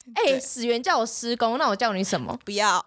始源叫我施工，那我叫你什么？ 不要。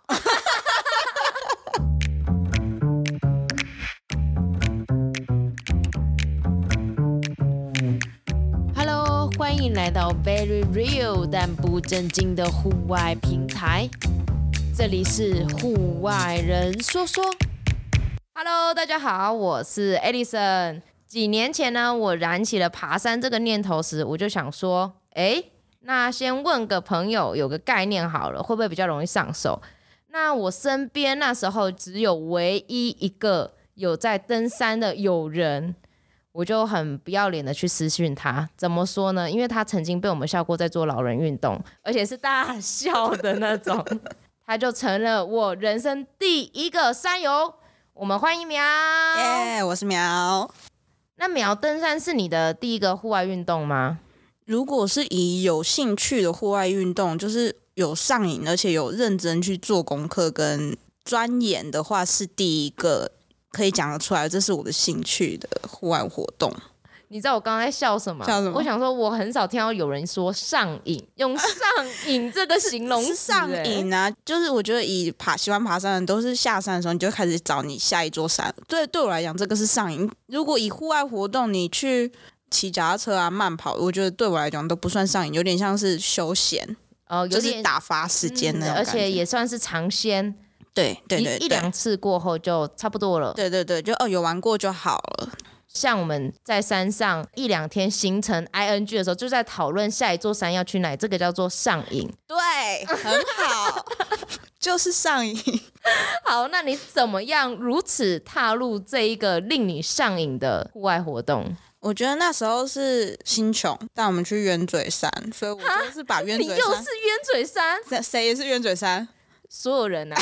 Hello， 欢迎来到 Very Real 但不正经的户外平台，这里是户外人说说。Hello， 大家好，我是 Edison。几年前呢，我燃起了爬山这个念头时，我就想说，那先问个朋友，有个概念好了，会不会比较容易上手？那我身边那时候只有唯一一个有在登山的友人，我就很不要脸的去私讯他。怎么说呢？因为他曾经被我们笑过在做老人运动，而且是大笑的那种。他就成了我人生第一个山友。我们欢迎苗。 耶，我是苗。 那苗，登山是你的第一个户外运动吗？ 如果是以有兴趣的户外运动，就是有上瘾，而且有认真去做功课跟钻研的话，是第一个可以讲得出来，这是我的兴趣的户外活动。 你知道我刚才在笑什么？ 笑什么？ 我想说，我很少听到有人说上瘾，用上瘾这个形容词、 是上瘾啊！就是我觉得喜欢爬山的人，都是下山的时候你就开始找你下一座山。对我来讲，这个是上瘾。如果以户外活动，你去骑脚踏车啊、慢跑，我觉得对我来讲都不算上瘾，有点像是休闲，就是打发时间那种感觉， 而且也算是尝鲜。对，一两次过后就差不多了。 对，就有玩过就好了。 像我们在山上一两天行程 ING 的时候，就在讨论下一座山要去哪，这个叫做上瘾。 对，很好，就是上瘾。 好，那你怎么样如此踏入这一个令你上瘾的户外活动？ 我觉得那时候是新穷带我们去鸢嘴山，所以我就是把鸢嘴山。 你又是鸢嘴山？ 谁也是鸢嘴山？ 所有人啊。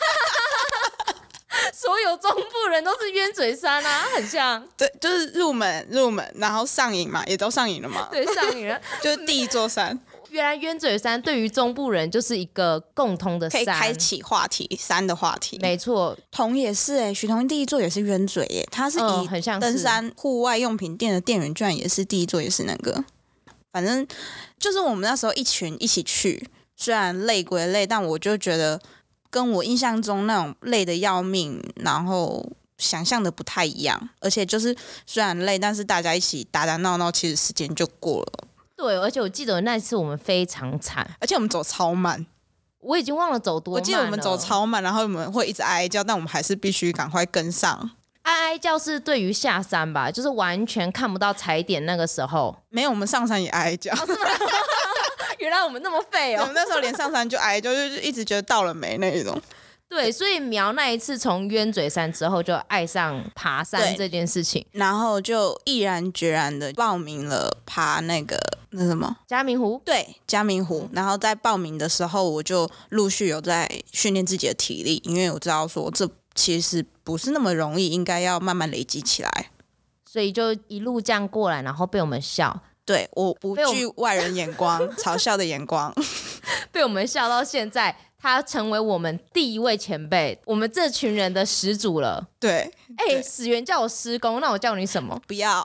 所有中部人都是鸢嘴山啊，很像。 对，就是入门，然后上瘾嘛，也都上瘾了嘛。 对，上瘾了， 就是第一座山。 原来鸢嘴山对于中部人就是一个共通的山， 可以开启话题，山的话题。 没错， 桐也是许桐第一座也是鸢嘴耶，他是以很像登山户外用品店的店员，居然也是第一座，也是那个。反正就是我们那时候一群一起去，虽然累归累，但我就觉得跟我印象中那种累的要命，然后想象的不太一样。而且就是虽然累，但是大家一起打打闹闹，其实时间就过了。 对，而且我记得那次我们非常惨， 而且我们走超慢， 我已经忘了走多慢了。 我记得我们走超慢，然后我们会一直哀叫，但我们还是必须赶快跟上。 哀叫是对于下山吧，就是完全看不到踩点那个时候。 没有，我们上山也哀叫。 原来我们那么废哦！ 我们那时候连上山就哀叫，就一直觉得到了没那一种。 对，所以苗那一次从鸢嘴山之后就爱上爬山这件事情， 然后就毅然决然的报名了爬那什么嘉明湖。 对，嘉明湖。然后在报名的时候，我就陆续有在训练自己的体力，因为我知道说这其实不是那么容易，应该要慢慢累积起来。 所以就一路这样过来，然后被我们笑。 对，我不惧外人眼光嘲笑的眼光， 被我们笑到现在。他成为我们第一位前辈，我们这群人的始祖了。 对， 始源叫我施工，那我叫你什么？ 不要。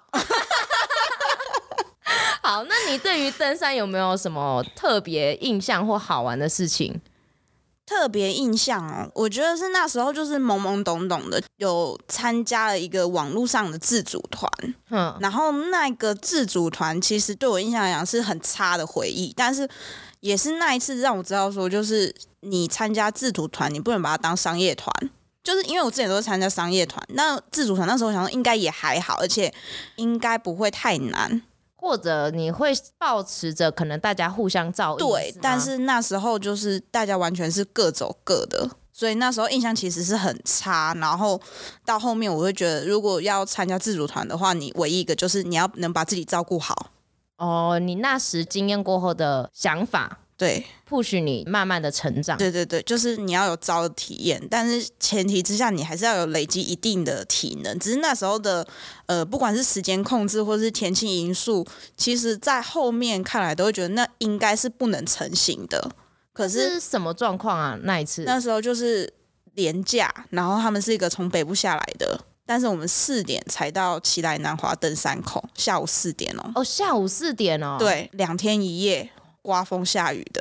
好，那你对于登山有没有什么特别印象或好玩的事情？ 特别印象哦，我觉得是那时候就是懵懵懂懂的，有参加了一个网络上的自主团，然后那个自主团其实对我印象来讲是很差的回忆，但是也是那一次让我知道说，就是你参加自主团，你不能把它当商业团，就是因为我之前都是参加商业团，那自主团那时候我想说应该也还好，而且应该不会太难。 或者你会抱持着可能大家互相照应， 对，但是那时候就是大家完全是各走各的，所以那时候印象其实是很差。然后到后面我会觉得，如果要参加自主团的话，你唯一一个就是你要能把自己照顾好。 哦，你那时经验过后的想法， 对 ，push你慢慢的成长。 对，就是你要有招的体验，但是前提之下你还是要有累积一定的体能。只是那时候的不管是时间控制或是天气因素，其实在后面看来都会觉得那应该是不能成型的。可是什么状况啊？那一次那时候就是连假，然后他们是一个从北部下来的。但是我们4点才到奇莱南华登山口，下午4点哦。 下午4点哦。 对，2天1夜，刮风下雨的，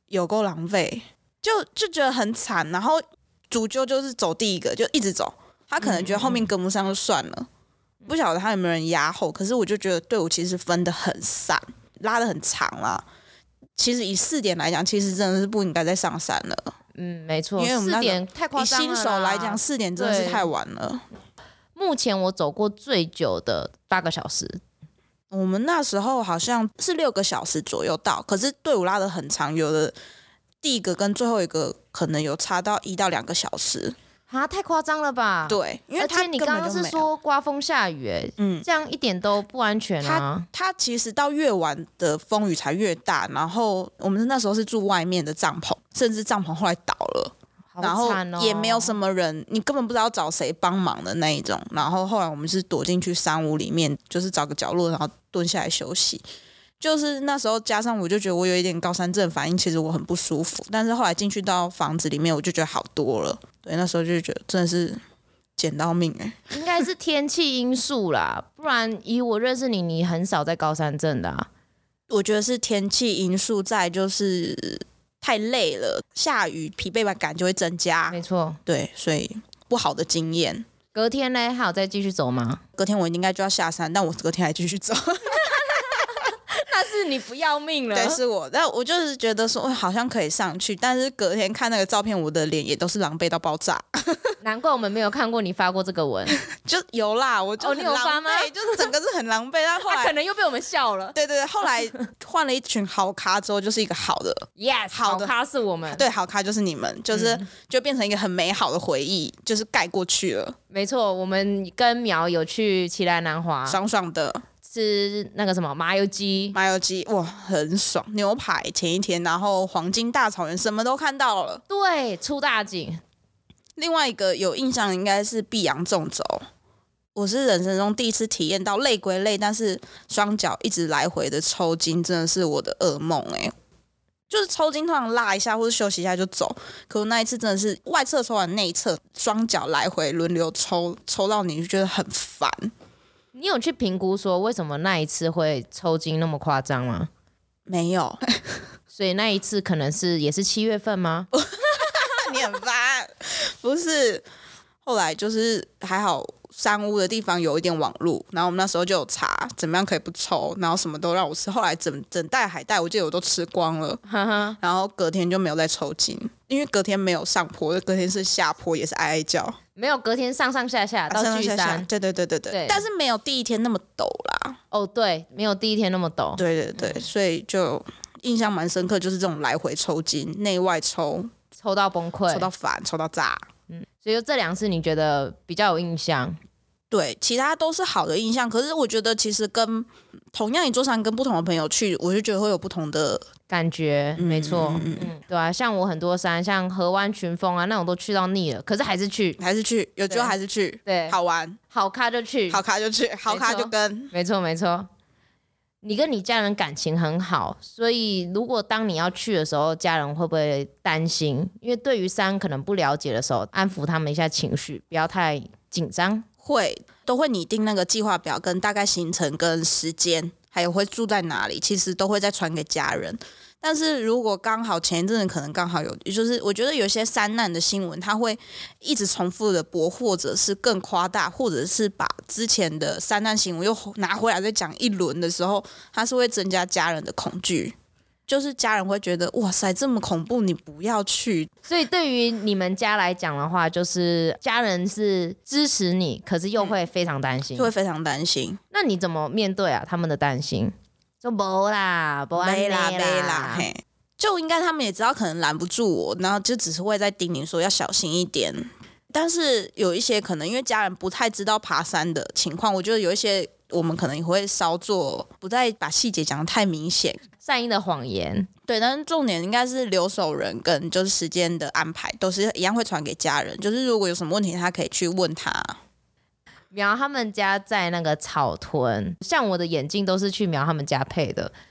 有够狼狈，就觉得很惨。然后主揪就是走第一个，就一直走，他可能觉得后面跟不上就算了，不晓得他有没有人压后。可是我就觉得队伍其实分得很散，拉得很长啦。其实以4点来讲，其实真的是不应该再上山了。 没错， 因为我们 4点太夸张了。 以新手来讲，4点真的是太晚了。 目前我走过最久的8个小时。 我们那时候好像是6个小时左右到，可是队伍拉得很长，有的第一个跟最后一个可能有差到1到2个小时。 啊，太夸张了吧？ 对，因为而且你刚刚是说刮风下雨，这样一点都不安全啊。 它其实到越晚的风雨才越大，然后我们那时候是住外面的帐篷，甚至帐篷后来倒了，然后也没有什么人，你根本不知道找谁帮忙的那一种。然后后来我们是躲进去山屋里面，就是找个角落，然后蹲下来休息。就是那时候加上我就觉得我有一点高山症反应，其实我很不舒服。但是后来进去到房子里面，我就觉得好多了。对，那时候就觉得真的是捡到命应该是天气因素啦，不然以我认识你，你很少在高山症的啊。 我觉得是天气因素，在就是太累了，下雨疲惫感就会增加。 没错， 对，所以不好的经验。 隔天呢，还有再继续走吗？ 隔天我应该就要下山，但我隔天还继续走。 那是你不要命了。 对，是我。但我就是觉得说，好像可以上去，但是隔天看那个照片，我的脸也都是狼狈到爆炸。 难怪我们没有看过你发过这个文。 就有啦，我就很狼狈， 你有发吗？ 就是整个是很狼狈。但后来可能又被我们笑了。 对对对，后来换了一群好咖之后，就是一个好的。 Yes， 好咖是我们。 对，好咖就是你们，就变成一个很美好的回忆，就是盖过去了。 没错，我们跟苗有去奇来南华， 爽爽的。 吃那个什么麻油鸡， 哇，很爽！牛排前一天，然后黄金大草原什么都看到了， 对，出大景。 另外一个有印象应该是碧阳纵走，我是人生中第一次体验到累归累，但是双脚一直来回的抽筋，真的是我的噩梦就是抽筋通常拉一下或者休息一下就走，可我那一次真的是外侧抽完内侧，双脚来回轮流抽到你就觉得很烦。 你有去评估说为什么那一次会抽筋那么夸张吗？ 没有。 所以那一次可能也是7月份吗？ 你很烦。不是，后来就是还好山屋的地方有一点网路，然后我们那时候就有查怎么样可以不抽，然后什么都让我吃，后来整袋海带我记得我都吃光了。然后隔天就没有再抽筋，因为隔天没有上坡，隔天是下坡，也是哀哀叫。 没有，隔天上下到巨山。 对，但是没有第一天那么陡啦。 哦，对，没有第一天那么陡。 对，所以就印象蛮深刻，就是这种来回抽筋，内外抽到崩溃， 抽到烦，抽到炸。 所以就这2次你觉得比较有印象？ 对，其他都是好的印象。可是我觉得其实跟同样一座山跟不同的朋友去，我就觉得会有不同的感觉。没错，对啊，像我很多山，像河湾群峰啊那种都去到腻了，可是还是去，有机会还是去，对， 好玩， 好咖就去， 好咖就跟。 没错。你跟你家人感情很好，所以如果当你要去的时候，家人会不会担心？因为对于山可能不了解的时候，安抚他们一下情绪，不要太紧张。 都会拟定那个计划表跟大概行程跟时间，还有会住在哪里，其实都会再传给家人。但是如果刚好前一阵子可能刚好有，就是我觉得有些山难的新闻，它会一直重复的播，或者是更夸大，或者是把之前的山难新闻又拿回来再讲一轮的时候，它是会增加家人的恐惧。就是家人会觉得哇塞这么恐怖，你不要去。 所以对于你们家来讲的话，就是家人是支持你，可是又会非常担心， 就会非常担心。 那你怎么面对啊？他们的担心？就没啦， 嘿，就应该他们也知道可能拦不住我，然后就只是会在叮咛说要小心一点。但是有一些可能因为家人不太知道爬山的情况，我觉得有一些我们可能也会稍作不再把细节讲得太明显， 善意的谎言。 对，但是重点应该是留守人跟就是时间的安排都是一样会传给家人，就是如果有什么问题他可以去问他。 苗他们家在那个草屯，像我的眼镜都是去苗他们家配的，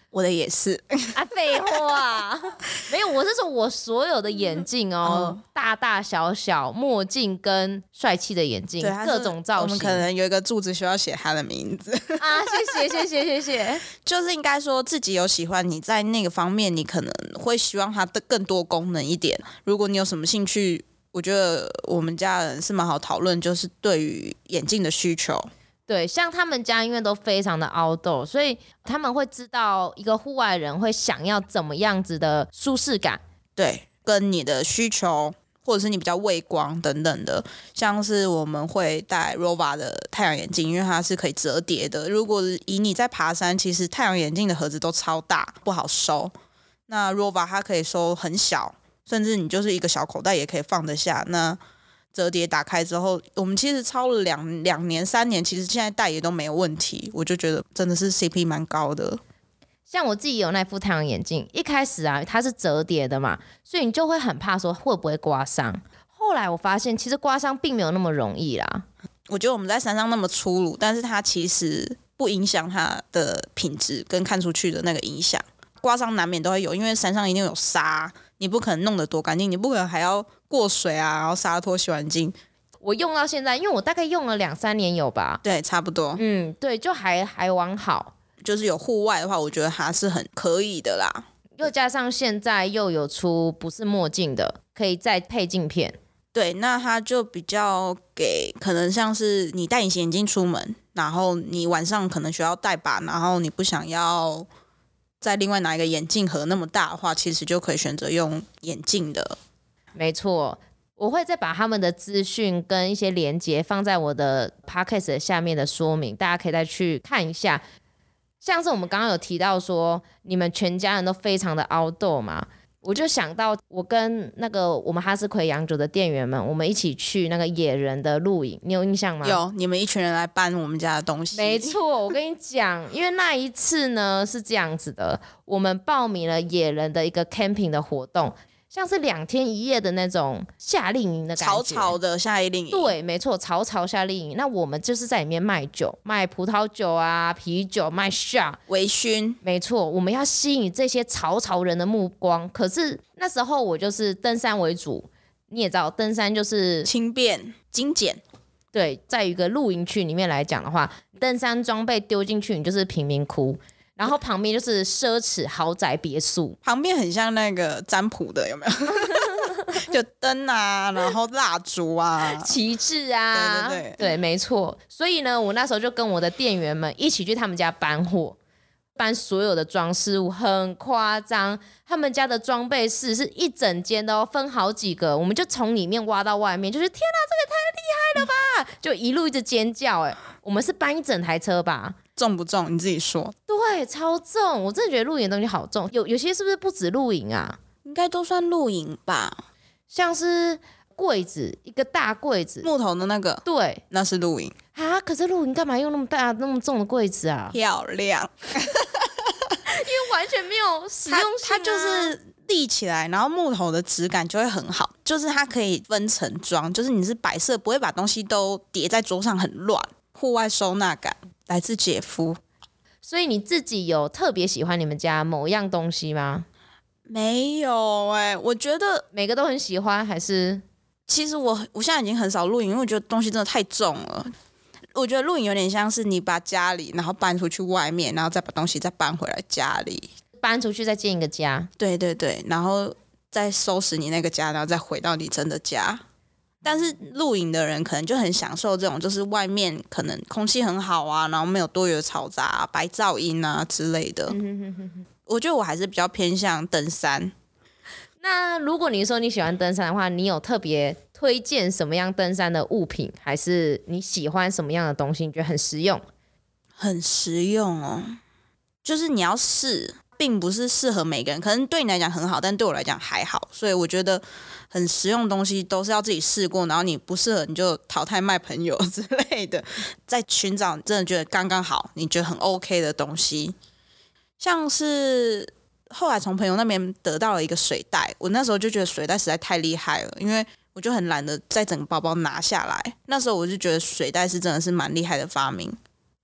我的也是啊，废话，没有，我是说我所有的眼镜大大小小墨镜跟帅气的眼镜，各种造型。 我们可能有一个柱子需要写他的名字啊，谢谢。 就是应该说自己有喜欢，你在那个方面你可能会希望它的更多功能一点。如果你有什么兴趣，我觉得我们家人是蛮好讨论，就是对于眼镜的需求。 对，像他们家因为都非常的 outdoor， 所以他们会知道一个户外人会想要怎么样子的舒适感。 对，跟你的需求，或者是你比较畏光等等的，像是我们会戴 Rova 的太阳眼镜，因为它是可以折叠的。如果以你在爬山，其实太阳眼镜的盒子都超大，不好收。那 Rova 它可以收很小，甚至你就是一个小口袋也可以放得下。那折叠打开之后，我们其实超了两年3年，其实现在戴也都没有问题。我就觉得真的是 CP 蛮高的。 像我自己有那副太阳眼镜，一开始啊它是折叠的嘛，所以你就会很怕说会不会刮伤。后来我发现其实刮伤并没有那么容易啦。 我觉得我们在山上那么粗鲁，但是它其实不影响它的品质跟看出去的那个影响。刮伤难免都会有，因为山上一定有沙，你不可能弄得多干净，你不可能还要过水啊，然后沙拖洗完净。 我用到现在，因为我大概用了2-3年有吧。 对，差不多。 对，就还完好。 就是有户外的话，我觉得它是很可以的啦。 又加上现在又有出不是墨镜的，可以再配镜片。 对，那它就比较给可能像是你戴隐形眼镜出门，然后你晚上可能需要带把，然后你不想要再另外拿一个眼镜盒那么大的话，其实就可以选择用眼镜的。 没错，我会再把他们的资讯跟一些连结放在我的 podcast 下面的说明，大家可以再去看一下。像是我们刚刚有提到说你们全家人都非常的 outdoor 嘛，我就想到我跟那个我们哈斯奎洋酒的店员们，我们一起去那个野人的露营，你有印象吗？ 有，你们一群人来搬我们家的东西。 没错，我跟你讲，因为那一次呢是这样子的，我们报名了野人的一个 camping 的活动，像是2天1夜的那种夏令营的感觉， 草的夏令营。 对，没错，草夏令营。那我们就是在里面卖酒，卖葡萄酒啊、啤酒，卖 shot 微醺。 没错，我们要吸引这些草人的目光。可是那时候我就是登山为主，你也知道，登山就是轻便精简。 对，在一个露营区里面来讲的话，登山装备丢进去，你就是贫民窟。然后旁边就是奢侈豪宅别墅， 旁边很像那个占卜的，有没有？就灯啊，然后蜡烛啊， 旗帜啊，对，没错。所以呢，我那时候就跟我的店员们一起去他们家搬货，搬所有的装饰物，很夸张。他们家的装备室是一整间的哦，分好几个，我们就从里面挖到外面，就是天哪，这个太厉害了吧！就一路一直尖叫，我们是搬一整台车吧？ 重不重？你自己说。 对，超重，我真的觉得露营的东西好重。有些是不是不止露营啊？ 应该都算露营吧。 像是柜子，一个大柜子， 木头的那个， 对， 那是露营啊。可是露营干嘛用那么大、那么重的柜子啊？ 漂亮， 因为完全没有实用性啊。 它就是立起来，然后木头的质感就会很好，就是它可以分层装，就是你是摆设，不会把东西都叠在桌上很乱。户外收纳感来自姐夫。 所以你自己有特别喜欢你们家某样东西吗？ 没有我觉得每个都很喜欢，还是其实我现在已经很少露营，因为我觉得东西真的太重了。我觉得露营有点像是你把家里然后搬出去外面，然后再把东西再搬回来家里， 搬出去再建一个家。 对对对，然后再收拾你那个家，然后再回到你真的家。但是露营的人可能就很享受这种，就是外面可能空气很好啊，然后没有多余的嘈杂、白噪音啊之类的。我觉得我还是比较偏向登山。 那如果你说你喜欢登山的话，你有特别推荐什么样登山的物品，还是你喜欢什么样的东西？你觉得很实用？ 很实用哦，就是你要试，并不是适合每个人，可能对你来讲很好，但对我来讲还好。所以我觉得很实用的东西都是要自己试过，然后你不适合你就淘汰卖朋友之类的，再寻找真的觉得刚刚好，你觉得很 OK 的东西。像是后来从朋友那边得到了一个水袋，我那时候就觉得水袋实在太厉害了，因为我就很懒得再整个包包拿下来。那时候我就觉得水袋是真的是蛮厉害的发明。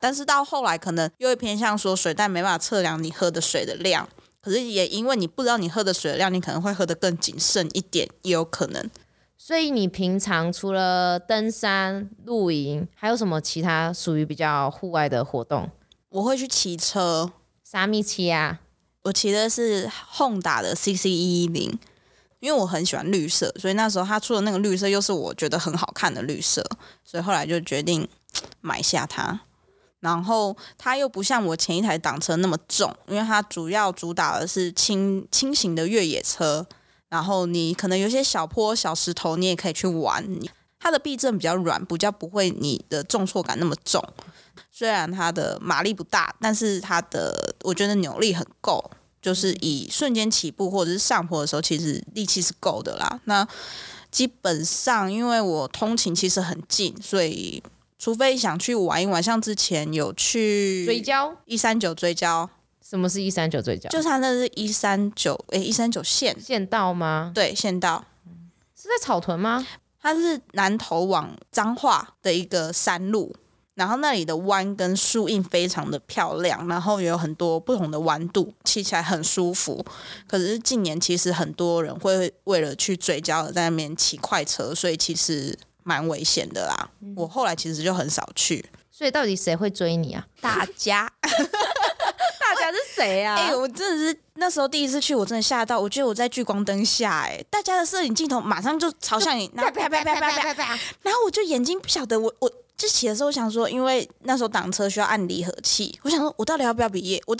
但是到后来可能又会偏向说水袋没办法测量你喝的水的量，可是也因为你不知道你喝的水的量，你可能会喝得更谨慎一点，也有可能。 所以你平常除了登山、露营，还有什么其他属于比较户外的活动？ 我会去骑车。 啥咪骑啊？ 我骑的是 Honda 的 CC110，因为我很喜欢绿色，所以那时候他出的那个绿色又是我觉得很好看的绿色，所以后来就决定买下它。然后它又不像我前一台挡车那么重，因为它主要主打的是轻型的越野车，然后你可能有些小坡小石头你也可以去玩，它的避震比较软，比较不会你的重挫感那么重。虽然它的马力不大，但是它的我觉得扭力很够，就是以瞬间起步或者是上坡的时候，其实力气是够的啦。那基本上因为我通勤其实很近，所以除非想去玩一玩，像之前有去追焦 139追焦。 什么是139追焦？ 就是它那是139县道吗？ 对，县道。 是在草屯吗？ 它是南投往彰化的一个山路，然后那里的弯跟树荫非常的漂亮，然后也有很多不同的弯度，骑起来很舒服。可是近年其实很多人会为了去追焦而在那边骑快车，所以其实蛮危险的啦。我后来其实就很少去。 所以到底谁会追你啊？ 大家大家是谁啊？ 我真的是那时候第一次去，我真的吓到，我觉得我在聚光灯下，大家的摄影镜头马上就朝向你，然后啪啪啪啪啪啪，然后我就眼睛不晓得，我就骑的时候，我想说，因为那时候挡车需要按离合器，我想说，我到底要不要比耶？我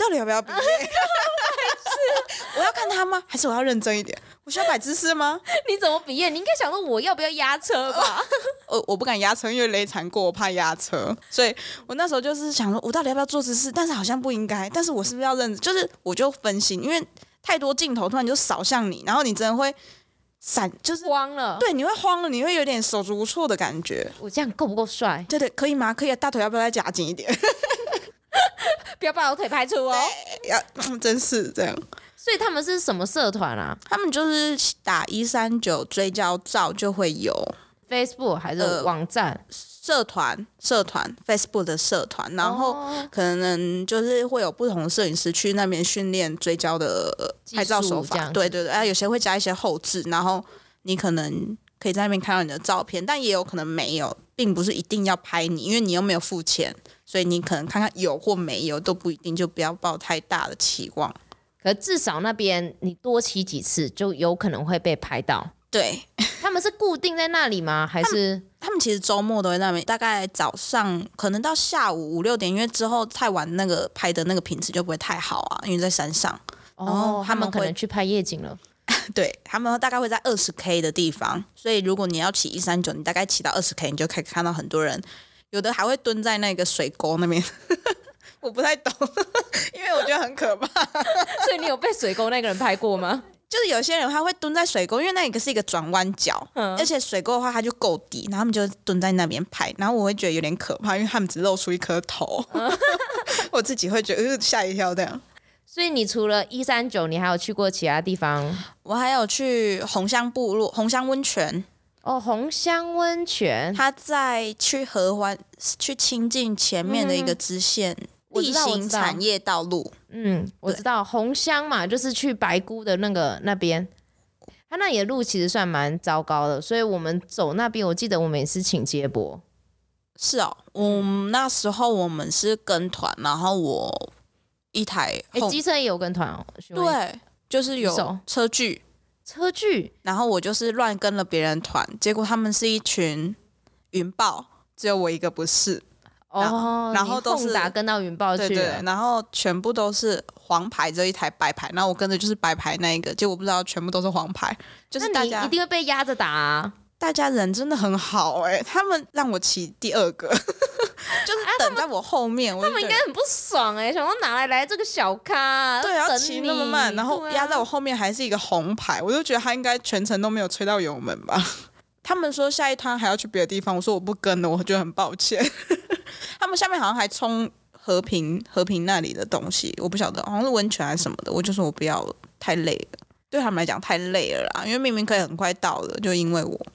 要看他吗？还是我要认真一点？我需要摆姿势吗？ 你怎么比耶？你应该想说我要不要压车吧？ 我不敢压车，因为雷残过，我怕压车，所以我那时候就是想说，我到底要不要做姿势？但是好像不应该，但是我是不是要认真？就是我就分心，因为太多镜头突然就扫向你，然后你真的会闪，就是慌了。 对，你会慌了，你会有点手足无措的感觉。 我这样够不够帅？ 对，可以吗？可以啊，大腿要不要再夹紧一点？ 不要把我腿拍出哦。 真是这样。 所以他们是什么社团啊？ 他们就是打139追焦照就会有 Facebook 还是网站？ 社团 Facebook 的社团，然后可能就是会有不同的摄影师去那边训练追焦的拍照手法。对，有些会加一些后置，然后你可能可以在那边看到你的照片，但也有可能没有，并不是一定要拍你，因为你又没有付钱，所以你可能看看有或没有都不一定，就不要抱太大的期望。 可至少那边你多骑几次就有可能会被拍到。 对， 他们是固定在那里吗？还是他们其实周末都会在那边，大概早上可能到下午5、6点，因为之后太晚那个拍的那个品质就不会太好啊，因为在山上。 他们可能去拍夜景了。 对，他们大概会在20K 的地方，所以如果你要骑139，你大概骑到20K，你就可以看到很多人，有的还会蹲在那个水沟那边。我不太懂，因为我觉得很可怕。 所以你有被水沟那个人拍过吗？ 就是有些人他会蹲在水沟，因为那个是一个转弯角，而且水沟的话它就够低，然后他们就蹲在那边拍，然后我会觉得有点可怕，因为他们只露出一颗头，我自己会觉得吓一跳这样。 所以你除了139，你还有去过其他地方？ 我还有去红香部落、红香温泉。 红香温泉， 它在去合欢、去清境前面的一个支线。地形产业道路， 我知道红香嘛，就是去白姑的那边，它那里的路其实算蛮糟糕的，所以我们走那边，我记得我们也是请接驳。 是哦，那时候我们是跟团，然后我一台机车也有跟团哦。 对，就是有车距，然后我就是乱跟了别人团，结果他们是一群云豹，只有我一个不是。然后都是打跟到云豹去了， 对，然后全部都是黄牌，这一台白牌，然后我跟的就是白牌那一个，结果不知道全部都是黄牌，就是大家那你一定会被压着打啊！ 大家人真的很好他们让我骑第二个，就是等在我后面， 他们应该很不爽想说哪来这个小咖， 对，要骑那么慢，然后压在我后面还是一个红牌，我就觉得他应该全程都没有吹到油门吧。他们说下一趟还要去别的地方，我说我不跟了，我觉得很抱歉。他们下面好像还冲和平那里的东西，我不晓得，好像是温泉还是什么的，我就说我不要了，太累了，对他们来讲太累了啦，因为明明可以很快到了，就因为我。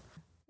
那也是蛮好玩的经验吧？ 对，就是一路上石头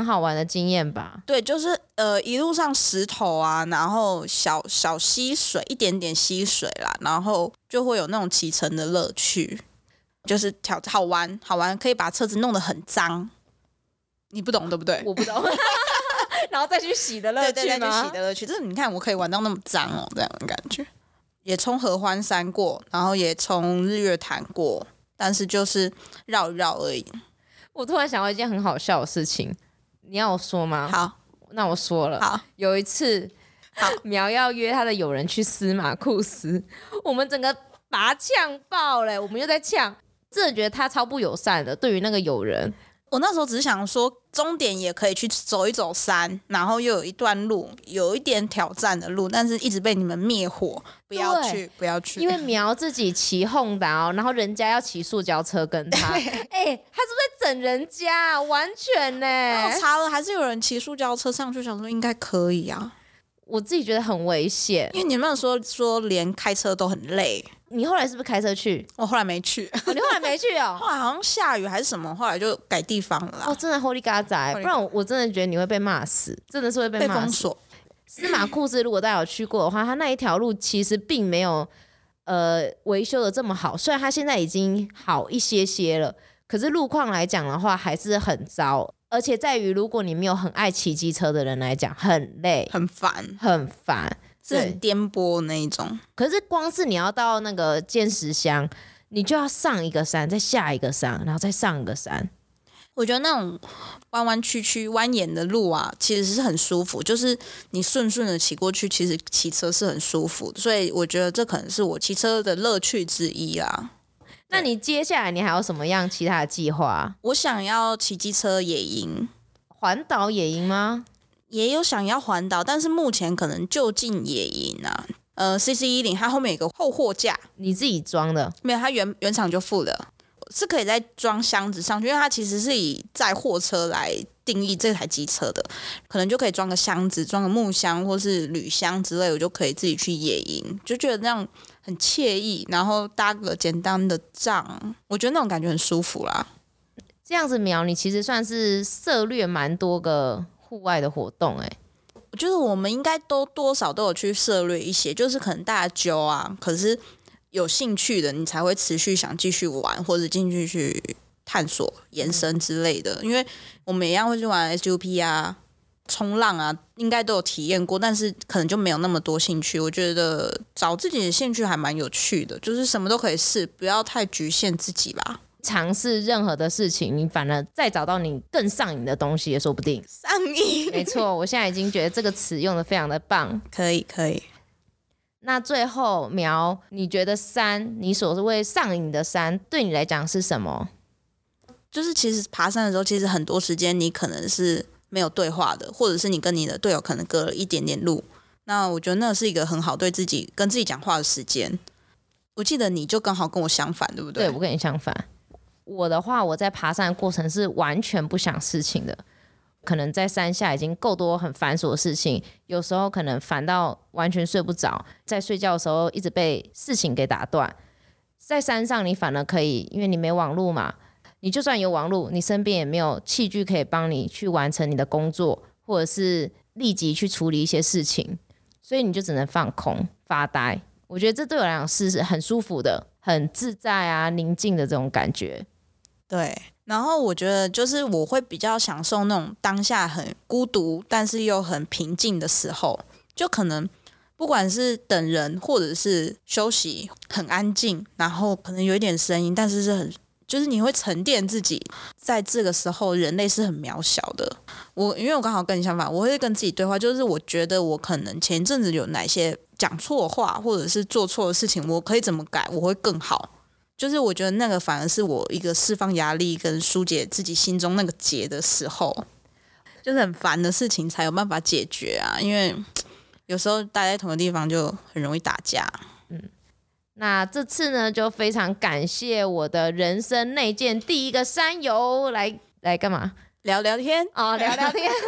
啊，吧。对，就是一路上石头啊，然后小溪水，一点点溪水啦，然后就会有那种骑乘的乐趣，就是好玩，可以把车子弄得很脏。你不懂对不对？ 我不懂。然后再去洗的乐趣吗？ 对，再去洗的乐趣，就是你看我可以玩到那么脏哦，这样的感觉。也冲合欢山过，然后也冲日月潭过，但是就是绕一绕而已。 我突然想到一件很好笑的事情，你要我说吗？ 好， 那我说了。 好， 有一次，苗要约他的友人去司马库斯，我们整个把他呛爆了，我们又在呛，真的觉得他超不友善的，对于那个友人。 我那时候只是想说，终点也可以去走一走山，然后又有一段路，有一点挑战的路，但是一直被你们灭火，不要去。 因为苗自己骑Honda然后人家要骑塑胶车跟他，他是不是在整人家？完全呢。 我查了，还是有人骑塑胶车上去，想说应该可以啊。 我自己觉得很危险， 因为你们说连开车都很累。 你后来是不是开车去？ 我后来没去。 你后来没去哦？ 后来好像下雨还是什么，后来就改地方了啦。 真的 Holy God 仔，不然我真的觉得你会被骂死，真的是会被骂死。 被封锁。 司马库斯如果大家有去过的话，他那一条路其实并没有维修的这么好，虽然他现在已经好一些了，可是路况来讲的话还是很糟。而且在于，如果你没有很爱骑机车的人来讲，很累、 很烦，是很颠簸那一种。 可是光是你要到那个尖石乡，你就要上一个山，再下一个山，然后再上一个山。 我觉得那种弯弯曲曲、蜿蜒的路啊，其实是很舒服。就是你顺的骑过去，其实骑车是很舒服的。所以我觉得这可能是我骑车的乐趣之一啦。 那你接下来你还有什么样其他的计划？ 我想要骑机车野营， 环岛野营吗？ 也有想要环岛，但是目前可能就近野营啊。CC10它后面有个后货架， 你自己装的？ 没有，它原厂就附了，是可以再装箱子上去，因为它其实是以载货车来定义这台机车的，可能就可以装个箱子，装个木箱或是铝箱之类，我就可以自己去野营，就觉得那样很惬意，然后搭个简单的帐，我觉得那种感觉很舒服啦。 这样子苗，你其实算是涉猎蛮多个户外的活动我觉得我们应该都多少都有去涉猎一些，就是可能大家揪啊，可是有兴趣的你才会持续想继续玩，或者进去探索延伸之类的。因为我们一样会去玩 SUP 啊、冲浪啊，应该都有体验过，但是可能就没有那么多兴趣。我觉得找自己的兴趣还蛮有趣的，就是什么都可以试，不要太局限自己吧。 尝试任何的事情，你反而再找到你更上瘾的东西也说不定。 上瘾， 没错，我现在已经觉得这个词用得非常的棒。 可以。 那最后苗，你觉得山，你所谓上瘾的山，对你来讲是什么？ 就是其实爬山的时候，其实很多时间你可能是没有对话的，或者是你跟你的队友可能隔了一点点路。那我觉得那是一个很好跟自己讲话的时间。我记得你就刚好跟我相反，对不对？ 对，我跟你相反。我的话，我在爬山的过程是完全不想事情的，可能在山下已经够多很繁琐的事情，有时候可能烦到完全睡不着，在睡觉的时候一直被事情给打断。在山上你反而可以，因为你没网路嘛，你就算有网路，你身边也没有器具可以帮你去完成你的工作，或者是立即去处理一些事情，所以你就只能放空发呆。我觉得这对我来讲是很舒服的，很自在啊，宁静的这种感觉。 对，然后我觉得就是我会比较享受那种当下很孤独但是又很平静的时候，就可能不管是等人或者是休息，很安静，然后可能有一点声音，但是就是你会沉淀自己，在这个时候人类是很渺小的。因为我刚好跟你相反，我会跟自己对话，就是我觉得我可能前一阵子有哪些讲错话或者是做错的事情，我可以怎么改我会更好。就是我觉得那个反而是我一个释放压力跟疏解自己心中那个结的时候，就是很烦的事情才有办法解决啊。因为有时候待在同个地方就很容易打架。 那这次呢，就非常感谢我的人生内建第一个山友来干嘛？ 聊聊天哦，聊聊天。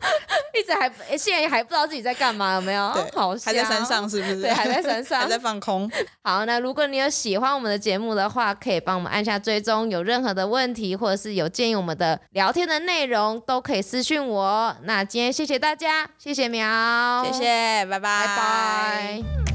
一直现在还不知道自己在干嘛，有没有？ 对， 好还在山上是不是？ 对，还在山上， 还在放空。 好，那如果你有喜欢我们的节目的话，可以帮我们按下追踪，有任何的问题或者是有建议我们的聊天的内容，都可以私讯我。那今天谢谢大家，谢谢苗， 谢谢，拜拜， 拜拜。